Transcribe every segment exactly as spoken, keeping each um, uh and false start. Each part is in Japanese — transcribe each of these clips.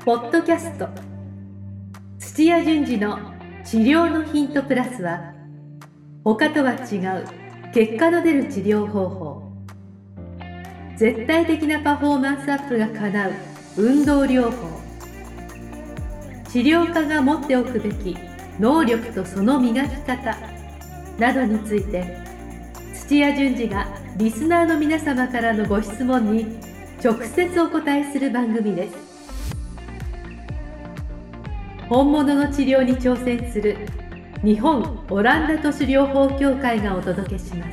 ポッドキャスト土屋順次の治療のヒントプラスは、他とは違う結果の出る治療方法、絶対的なパフォーマンスアップが叶う運動療法、治療家が持っておくべき能力とその磨き方などについて、土屋順次がリスナーの皆様からのご質問に直接お答えする番組です。本物の治療に挑戦する日本オランダ都市療法協会がお届けします。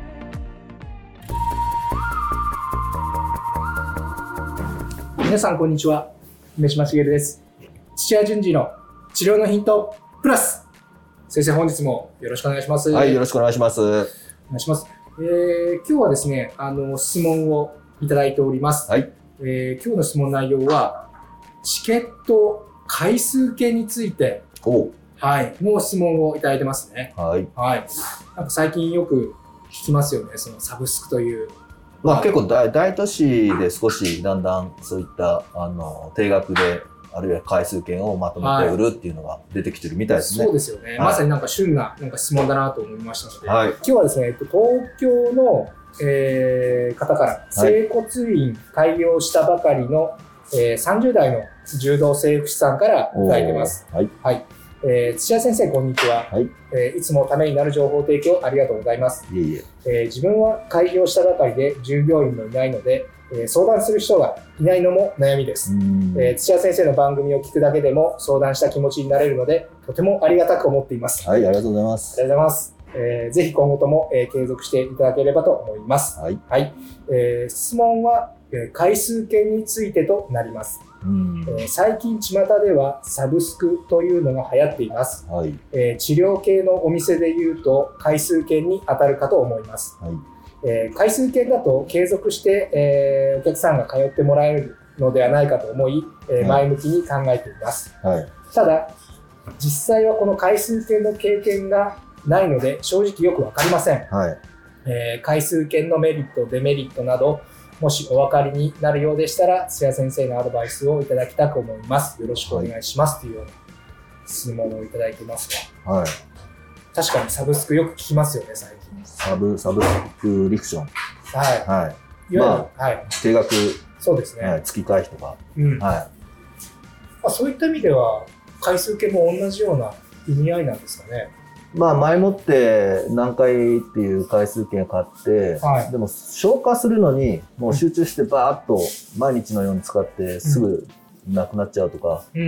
皆さんこんにちは、梅島茂です。土屋順次の治療のヒントプラス、先生本日もよろしくお願いします。 はい、よろしくお願いします。お願いします。えー、今日はですね、あの質問をいただいております。 はい。 えー、今日の質問内容はチケット回数券について、 おはい、もう質問をいただいてますね。 はい。 はい。なんか最近よく聞きますよね、そのサブスクという。 まあ結構 大, 大都市で少しだんだんそういったあの定額であるいは回数券をまとめて売るっていうのが出てきてるみたいですね。 そうですよね。はい、まさになんか旬ななんか質問だなと思いましたので、 はい、 今日はですね、東京の、えー、方から整骨院開業したばかりの、えー、さんじゅう代の柔道整復師さんからいただいてます。はい。はい。えー、土屋先生、こんにちは。はい。えー、いつもためになる情報提供ありがとうございます。 いえいえ。 えー、自分は開業したばかりで従業員もいないので、えー、相談する人がいないのも悩みです。えー、土屋先生の番組を聞くだけでも相談した気持ちになれるので、とてもありがたく思っています。 はい、ありがとうございます。 ありがとうございます。えー、ぜひ今後とも、えー、継続していただければと思います。はい。はい。えー、質問は、えー、回数券についてとなります。うんえー、最近巷ではサブスクというのが流行っています。はい。えー、治療系のお店でいうと回数券に当たるかと思います。はい。えー、回数券だと継続して、えー、お客さんが通ってもらえるのではないかと思い、えー、前向きに考えています。はい。ただ実際はこの回数券の経験がないので正直よくわかりません。はい。えー、回数券のメリットデメリットなどもしお分かりになるようでしたら土屋先生のアドバイスをいただきたく思います。よろしくお願いします、はい、というような質問をいただいていますが、はい。確かにサブスクよく聞きますよね、最近。 サブサブスクリプション。 はい。はい。いわゆる、はい。 定額。 そうですね。 はい、月会費とか。うん。はい。 まあ、そういった意味では回数券も同じような意味合いなんですかね。 まあ前もって何回っていう回数券を買って、はい、でも消化するのにもう集中してバーッと毎日のように使ってすぐなくなっちゃうとか、うん、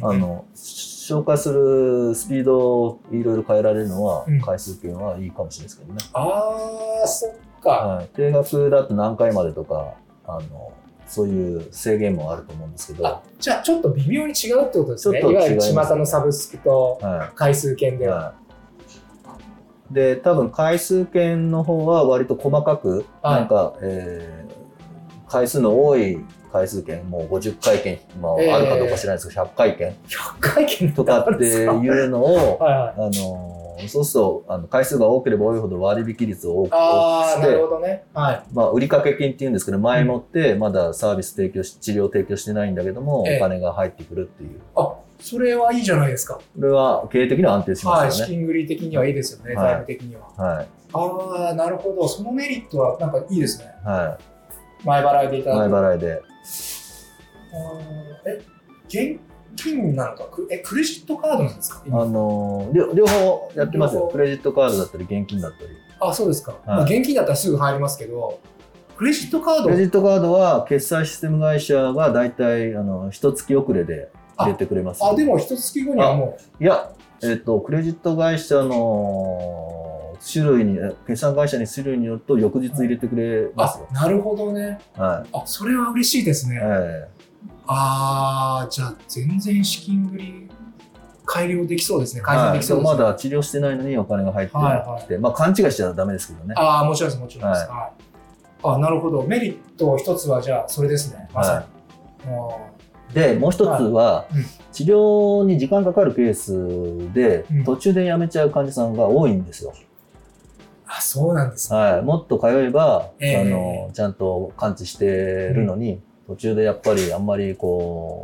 あの消化するスピードをいろいろ変えられるのは回数券はいいかもしれないですけどね。 うん、ああ、そっか、 はい。定額だと何回までとか、あのそういう制限もあると思うんですけど。 あ、じゃあちょっと微妙に違うってことですね。いわゆる巷のサブスクと回数券では。はいはい、 で、多分回数券の方は割と細かく、はい、なんか、えー、回数の多い回数券、もうごじゅっかい券、まあ、えー、あるかどうか知らないですけど、ひゃっかい券。 ひゃっかい券とかっていうのを、はいはい、あの、そうすると、あの、回数が多ければ多いほど割引率を多くして、 ああ、なるほどね。はい。 まあ、売掛金っていうんですけど、前もってまだサービス提供し、治療提供してないんだけども、えー、お金が入ってくるっていう。 あ、それはいいじゃないですか。 これは経営的には安定しますよね。 はい、資金繰り的にはいいですよね、財務的には。はい。ああ、なるほど。そのメリットはなんかいいですね。はい。前払いでいただく。 前払いで。 あえ、現金なのか、え、クレジットカードなんですか？ あのー、両方やってますよ。クレジットカードだったり、現金だったり。 あ、そうですか。はい、まあ、現金だったらすぐ入りますけど、クレジットカードクレジットカードは決済システム会社がだいたいあの一月遅れで入れてくれます。 あ、でも一月後にはもう。いや、えっと、クレジット会社の種類に、決算会社に種類によると翌日入れてくれますよ。 あ、なるほどね。はい。あ、それは嬉しいですね。はい。ああ、じゃあ全然資金繰り改良できそうですね。改善できそうですね。 はい、まだ治療してないのにお金が入ってきて、はいはい、まあ勘違いしちゃダメですけどね。 ああ、もちろんです、もちろんです。はいはい、あ、なるほど。メリット一つはじゃあそれですね。まさに。はい、 で、もう一つは、はいうん、治療に時間かかるケースで、うん、途中で辞めちゃう患者さんが多いんですよ。 あ、そうなんですね。 はい、もっと通えば、えー、あのちゃんと完治してるのに、うん途中でやっぱりあんまりこ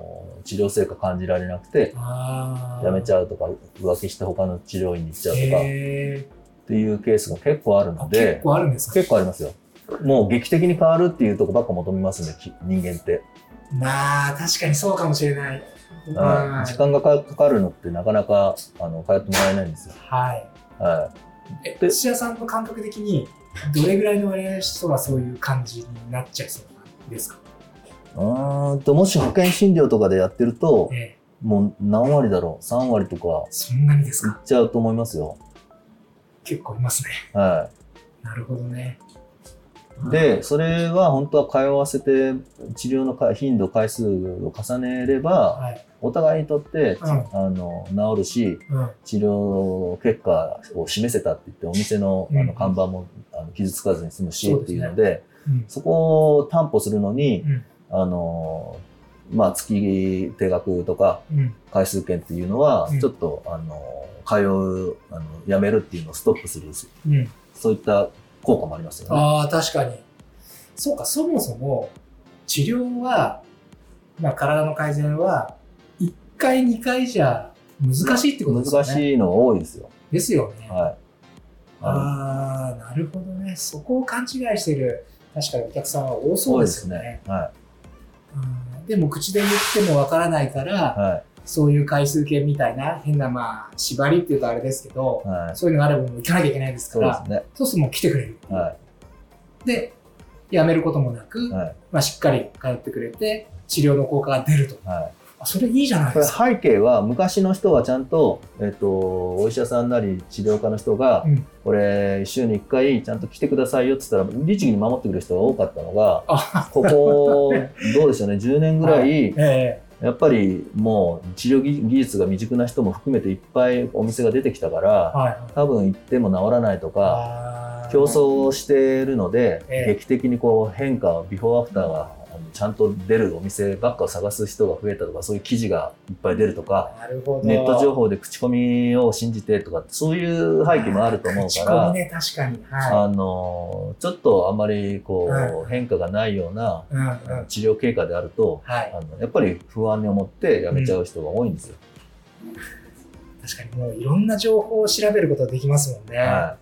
治療成果感じられなくて、やめちゃうとか、浮気して他の治療院に行っちゃうとか、っていうケースが結構あるので、 結構あるんですか？ 結構ありますよ。もう劇的に変わるっていうとこばっか求めますね、人間って。 まあ、確かにそうかもしれない。 時間がかかるのってなかなか、あの、通ってもらえないんですよ。 はい。 はい。 え、土屋さんの感覚的に、どれぐらいの割合の人がそういう感じになっちゃいそうなんですか？ うーんと、もし保険診療とかでやってると、ええ、もう何割だろう ?さん 割とか。 そんなにですか？ いっちゃうと思いますよ。 結構いますね。 はい。 なるほどね。 で、それは本当は通わせて治療の頻度、回数を重ねれば、はい、お互いにとって、うん、あの治るし、うん、治療結果を示せたって言って、お店の、あの看板もあの傷つかずに済むしっていうので、うん、そこを担保するのに、うん、あの、まあ、月定額とか、回数券っていうのは、ちょっと、あの、通う、あの、やめるっていうのをストップする、うん、そういった効果もありますよね。 ああ、確かに。そうか、そもそも治療は、まあ、体の改善はいっかい、にかいじゃ難しいってことですよね。 難しいのが多いですよ。 ですよね。 はい。 ああ、なるほどね。そこを勘違いしている、確かにお客さんは多そうですよね。 多いですね。はい。 でも口で言ってもわからないから、はい、そういう回数券みたいな変なまあ縛りっていうとあれですけど、はい、そういうのがあればもう行かなきゃいけないですから、そうですね。そうするともう来てくれる。はい、で、やめることもなく、はい、まあしっかり通ってくれて、治療の効果が出ると。はい、あ、それいいじゃないですか。 これ背景は昔の人はちゃんと、えっと、お医者さんなり治療家の人が、うん、これ週にいっかいちゃんと来てくださいよって言ったら、律儀に守ってくれる人が多かったのが、ここ、どうでしょうね、じゅうねんぐらい、はい、えー、やっぱりもう治療技術が未熟な人も含めていっぱいお店が出てきたから、はい、多分行っても治らないとか、競争してるので、えー、劇的にこう変化、ビフォーアフターがちゃんと出るお店ばっかを探す人が増えたとか、そういう記事がいっぱい出るとか、ネット情報で口コミを信じてとか、そういう背景もあると思うから、 口コミね、確かに。はい、 あの、ちょっとあんまりこう、うん、変化がないような、うんうん、治療経過であると、はい、あのやっぱり不安に思ってやめちゃう人が多いんですよ。 うん、確かにもういろんな情報を調べることができますもんね。はい、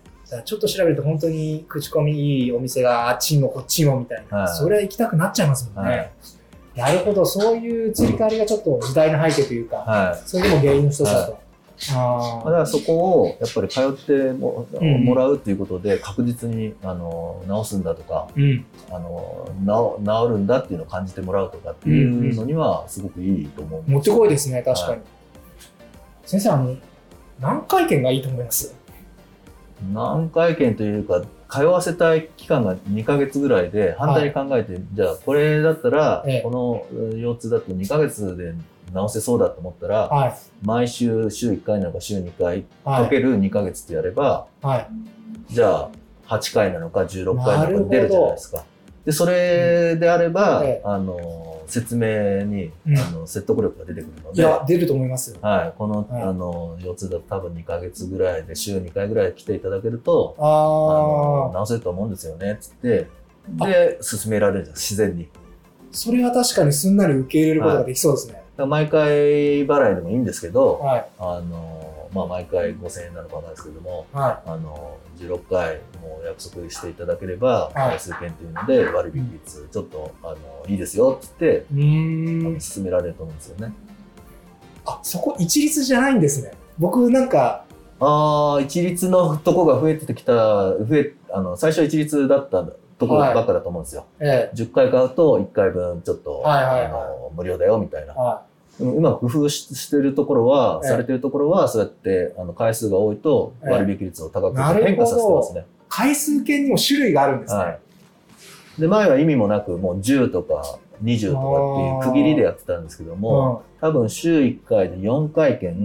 ちょっと調べると本当に口コミいいお店があっちにもこっちにもみたいな、はい、それは行きたくなっちゃいますもんね。はい、なるほど、そういう移り変わりがちょっと時代の背景というか、はい、それでも原因の一つだと。はい、 あだからそこをやっぱり通っても、うん、もらうということで確実にあの治すんだとか、うん、あの治るんだっていうのを感じてもらうとかっていうのにはすごくいいと思う、うんうん、 もってこいですね、確かに。はい、先生、あの何回券がいいと思います？ 何回券というか、通わせたい期間がにかげつぐらいで、反対に考えて、はい、じゃあこれだったら、ええ、この腰痛だとにかげつで治せそうだと思ったら、はい、毎週週いっかいなのか週にかいかけるにかげつってやれば、はい、じゃあはちかいなのかじゅうろっかいなのか出るじゃないですか。で、それであれば、うん、あの、説明に、うん、あの説得力が出てくるので。 いや、出ると思いますよ。 はい。この、はい、あの、腰痛だと多分にかげつぐらいで週にかいぐらい来ていただけると、あの、治せると思うんですよね、つって、で、進められるじゃん、自然に。 それは確かにすんなり受け入れることができそうですね。 はい、毎回払いでもいいんですけど、はい、あの、まあ、毎回ごせんえんなのかわかんないですけども、はい、あの、じゅうろっかいも約束していただければ、回数券っていうので割引率ちょっと、あの、いいですよって言って、進められると思うんですよね。 あ、そこ一律じゃないんですね。僕なんか。 ああ、一律のとこが増えてきた、増え、あの、最初は一律だったとこばっかだと思うんですよ。はい、ええ、じゅっかい買うといっかいぶんちょっと、はいはいはい、あの無料だよみたいな。はい、うまく工夫してるところは、ええ、されてるところは、そうやって、あの、回数が多いと、割引率を高く変化させてますね。ええ、 回数券にも種類があるんですね。はい。 で、前は意味もなく、もうじゅうとかにじゅうとかっていう区切りでやってたんですけども、多分週いっかいでよんかい券、うん、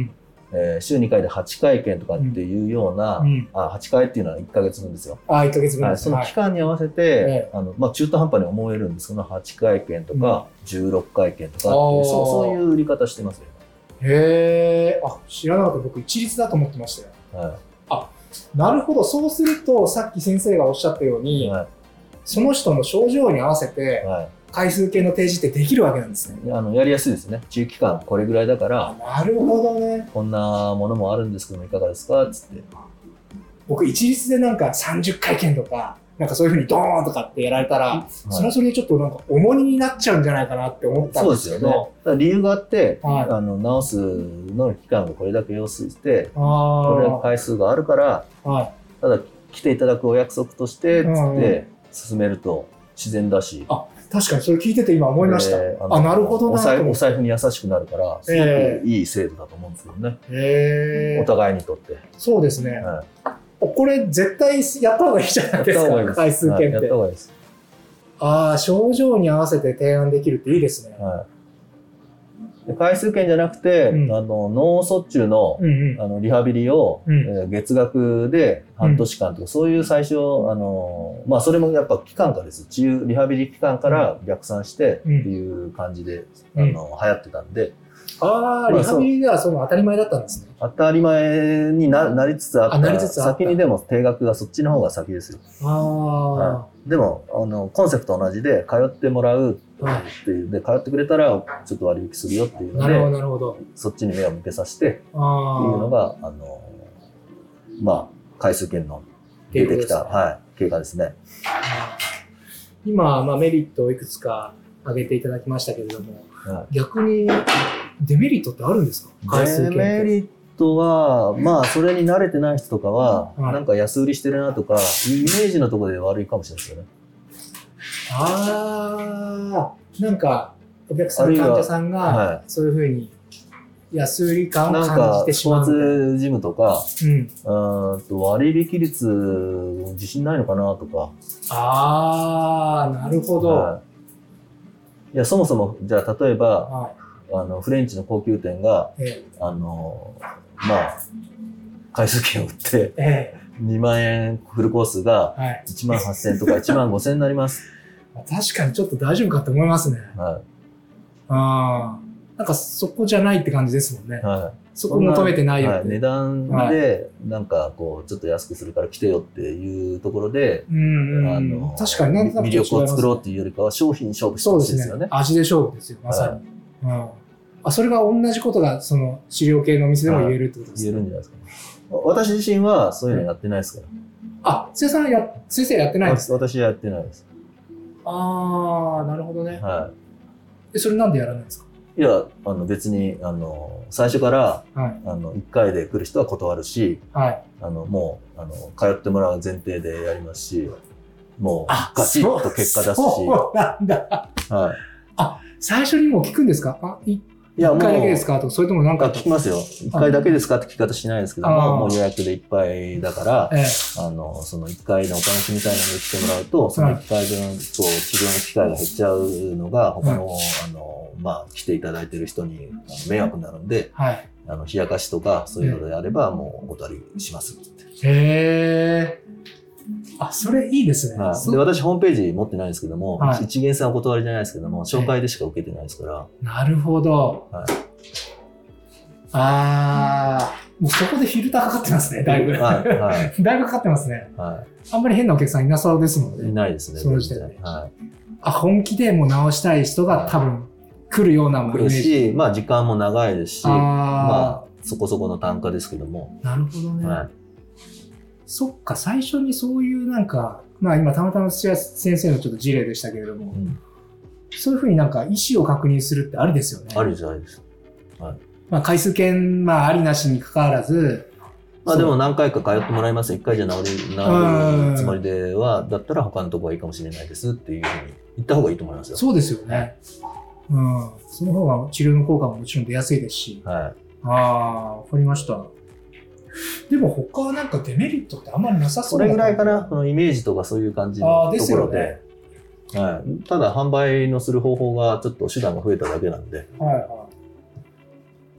えー、週にかいではちかい券とかっていうような、うん、あ、はちかいっていうのはいっかげつぶんですよ。 あ、いっかげつぶんです。 はい、その期間に合わせて、はい、あの、まあ、中途半端に思えるんですけど、はちかい券とか、うん、じゅうろっかい券とかっていう、そう、そういう売り方してますよ。 へー、あ、知らなかった。僕一律だと思ってましたよ。はい。あ、なるほど。そうすると、さっき先生がおっしゃったように、はい、その人の症状に合わせて、はい、 回数券の提示ってできるわけなんですね。 あのやりやすいですね。中期間これぐらいだから、 なるほどね。 こんなものもあるんですけどもいかがですかっつって。 僕一律でなんかさんじゅっかい券とか、なんかそういう風にドーンとかってやられたら、はい、それはそれでちょっとなんか重荷になっちゃうんじゃないかなって思ったんですけど。そうですよね。だから理由があって、はい、あの直すの期間がこれだけ要して、これだけ回数があるから、はい、ただ来ていただくお約束としてつって進めると自然だし。 あ、確かにそれ聞いてて今思いました。えー、あ, あなるほどなお財布。お財布に優しくなるから、すごくいい制度だと思うんですよね。えー、お互いにとって。 そうですね。はい、これ絶対やった方がいいじゃないですか、回数券って。やった方がいいです。ああ、症状に合わせて提案できるっていいですね。はい、で回数券じゃなくて、うん、あの脳卒中の、うんうん、あのリハビリを、うんえー、月額で半年間とか、うん、そういう最初、あのまあそれもやっぱ期間からです。治癒リハビリ期間から逆算してっていう感じで、うん、あの流行ってたんで。 ああ、リハビリではその当たり前だったんですね。 当たり前に な, なりつつあった。先にでも定額がそっちの方が先ですよ。あはい、でもあのコンセプト同じで通ってもらうっていう、で通ってくれたらちょっと割引するよっていうので、なるほどなるほど、そっちに目を向けさせてっていうのがあのまあ回数券の出てきた、ねはい、経過ですね。 今、まあ、メリットをいくつか挙げていただきましたけれども、はい、逆にデメリットってあるんですか？回数券って。 デメリットは、まあ、それに慣れてない人とかは、はい、なんか安売りしてるなとか、イメージのところで悪いかもしれないですよね。 ああ、なんか、お客さん、患者さんが、そういうふうに安売り感を感じてしまう。 なんか、スポーツジムとか、うん、うんと割引率、自信ないのかなとか。 ああ、なるほど。はい、 いや、そもそも、じゃあ、例えば、はいあのフレンチの高級店が、ええ、あのまあ回数券を売って、ええ、にまんえんフルコースがいちまんはっせんえんとかいちまんごせんえんになります。 確かにちょっと大丈夫かと思いますね。はい、あなんかそこじゃないって感じですもんね。はい、そこ求めてないよって、はい、 値段でなんかこうちょっと安くするから来てよっていうところで、うんうん、あの確かになんとなく魅力を作ろうっていうよりかは商品勝負してほしいですよね。そうですね。 味で勝負ですよまさに。はいうん、あそれが同じことがその治療系のお店でも言えるってことですか？ 言えるんじゃないですか、ね。私自身はそういうのやってないですから。 あ、先生や先生やってないです、 ね。私はやってないです。 ああ、なるほどね。はい。えそれなんでやらないんですか？ いやあの別にあの最初から、はい、あのいっかいで来る人は断るし、はい、あのもうあの通ってもらう前提でやりますし、もうガチッと結果出すし。 そうなんだ。はい。あ最初にもう聞くんですか？あいいや、いっかいだけですかとか、それとも何か聞きますよ。いっかいだけですかって聞き方しないですけども、もう予約でいっぱいだから、ええ、あの、そのいっかいのお楽しみたいなのに来てもらうと、そのいっかい分、こう、治療の機会が減っちゃうのが、他の、はい、あの、まあ、来ていただいてる人に迷惑になるんで、はい、あの、冷やかしとか、そういうのであれば、もうお断りします。 へー。あ、それいいですね。 はい、で私、ホームページ持ってないんですけども、はい、一元さんお断りじゃないですけども、紹介でしか受けてないですから。 なるほど。はい、あー、もうそこでフィルターかかってますね、だいぶ。はいはい、だいぶかかってますね。はい、あんまり変なお客さんいなそうですもんね。 いないですね。 その時点で。はい、あ、本気でもう直したい人が多分来るようなイメージ。来るし、まあ時間も長いですし、あまあそこそこの単価ですけども。 なるほどね。はいそっか、最初にそういうなんか、まあ今たまたま土屋先生のちょっと事例でしたけれども、うん、そういうふうになんか意思を確認するってありですよね。 ありです、ありです。はい。 まあ回数券、まあありなしに関わらず、 まあでも何回か通ってもらいます。一回じゃ治る、治るつもりでは、だったら他のとこがいいかもしれないですっていうふうに言った方がいいと思いますよ。 そうですよね。うん。その方が治療の効果ももちろん出やすいですし。はい。ああ、わかりました。でも他はなんかデメリットってあんまりなさそうな。それぐらいかな、このイメージとかそういう感じのところで。ねはい、ただ販売のする方法がちょっと手段が増えただけなんで。はいはい。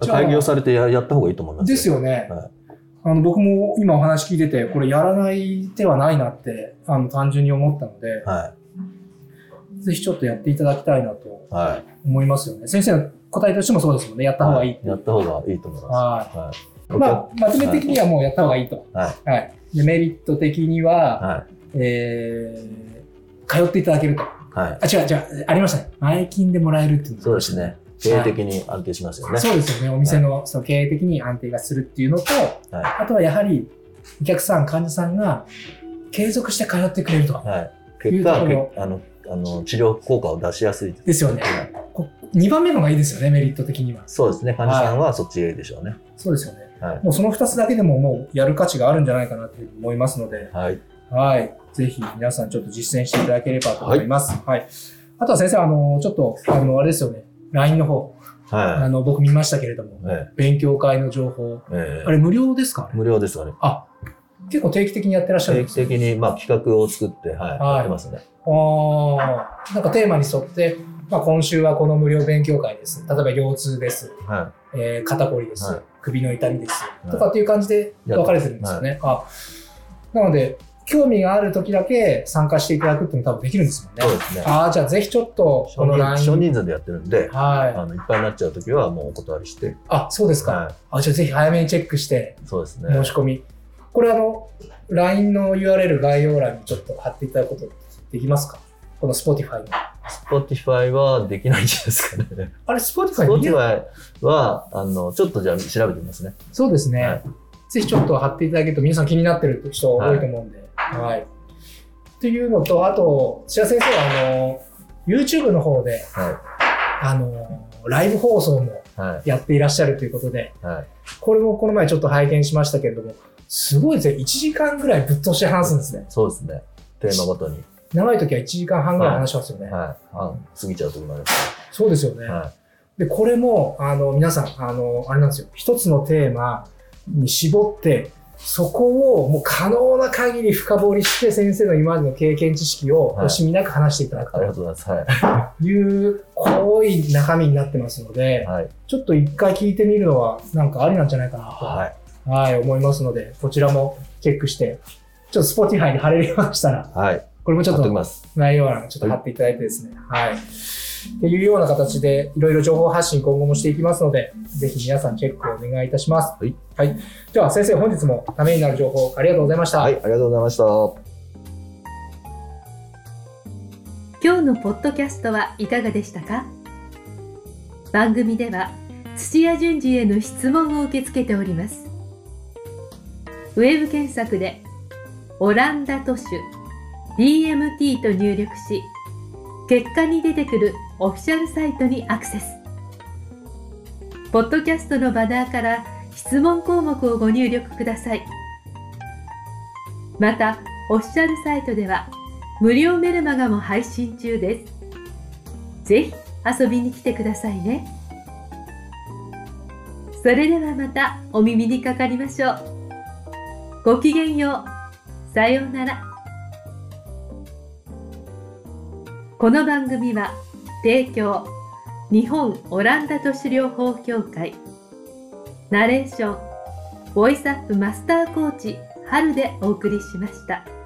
開業されて や, やった方がいいと思います。 ですよね。はい、あの僕も今お話聞いてて、これやらない手はないなってあの単純に思ったので、はい、ぜひちょっとやっていただきたいなと思いますよね。はい、先生の答えとしてもそうですもんね。やった方がいいって、 はい。やった方がいいと思います。はいはいまあ、まとめ的にはもうやった方がいいと。はい。はい。でメリット的には、はい、えー、通っていただけると。 はい。 あ、違う違う、ありましたね。前金でもらえるっていうの。 そうですね。経営的に安定しますよね。はい、 そうですよね。お店の、その経営的に安定がするっていうのと、はい、あとはやはり、お客さん、患者さんが継続して通ってくれるとか。 はい。結果、あの、あの、治療効果を出しやすいですよね。にばんめのがいいですよね、メリット的には。 そうですね。患者さんはそっちでしょうね。 そうですよね。はい、もうそのふたつだけでももうやる価値があるんじゃないかなと思いますので、 はい。 はい。ぜひ皆さんちょっと実践していただければと思います。はい。はい、あとは先生、あの、ちょっと、あの、あれですよね。ライン の方。はい。あの、僕見ましたけれども、ええ、勉強会の情報。ええ、あれ無料ですか？ 無料です、あれ。 あ、結構定期的にやってらっしゃるんですか？ 定期的に、まあ、企画を作って、はい、はい、やってますね。 ああ、なんかテーマに沿って、まあ、今週はこの無料勉強会です。例えば腰痛です。はい。えー、肩こりです。はい、首の痛みです。はい、とかっていう感じで分かれてるんですよね。はい、あ、なので、興味がある時だけ参加していただくっていうのも多分できるんですもんね。 そうですね。 ああ、じゃあぜひちょっと、この ライン。 少人数でやってるんで、はい。あの、いっぱいになっちゃう時はもうお断りして。 あ、そうですか。はい、あ、じゃあぜひ早めにチェックして。 そうですね。 申し込み。これあの、ライン の ユーアールエル 概要欄にちょっと貼っていただくことできますか？この Spotify の。 Spotify はできないんですかね。 あれ、Spotify Spotify は、あの、ちょっとじゃあ調べてみますね。 そうですね。はい、ぜひちょっと貼っていただけると皆さん気になってる人多いと思うんで。はい。はい、っていうのと、あと、土屋先生は、あの、YouTube の方で、はい、あの、ライブ放送もやっていらっしゃるということで、はい、これもこの前ちょっと拝見しましたけれども、すごいですね。いちじかんぐらいぶっ通して話すんですね。 そうですね。テーマごとに。 長い時はいちじかんはんぐらい話しますよね。 はい。はい、過ぎちゃう時もあります。 そうですよね。はい、で、これも、あの、皆さん、あの、あれなんですよ。一つのテーマに絞って、そこをもう可能な限り深掘りして先生の今までの経験知識を惜しみなく話していただくと、 はい、ありがとうございます。はい。 いう濃い中身になってますので、はい、ちょっと一回聞いてみるのはなんかありなんじゃないかなと、はい、はい、思いますので、こちらもチェックして、ちょっと Spotify に貼れるようでしたら、はい、これもちょっと概要欄ちょっと貼っていただいてですね、はい。はい、っていうような形でいろいろ情報発信今後もしていきますので、ぜひ皆さんチェックをお願いいたします。はい。はい。では先生、本日もためになる情報ありがとうございました。 はい、ありがとうございました。 今日のポッドキャストはいかがでしたか？番組では土屋順次への質問を受け付けております。ウェブ検索でオランダ都市 ディーエムティー と入力し、結果に出てくるオフィシャルサイトにアクセス。ポッドキャストのバナーから質問項目をご入力ください。また、オフィシャルサイトでは無料メルマガも配信中です。ぜひ遊びに来てくださいね。それではまたお耳にかかりましょう。ごきげんよう。さようなら。この番組は提供日本オランダ都市療法協会、ナレーションボイスアップマスターコーチ春でお送りしました。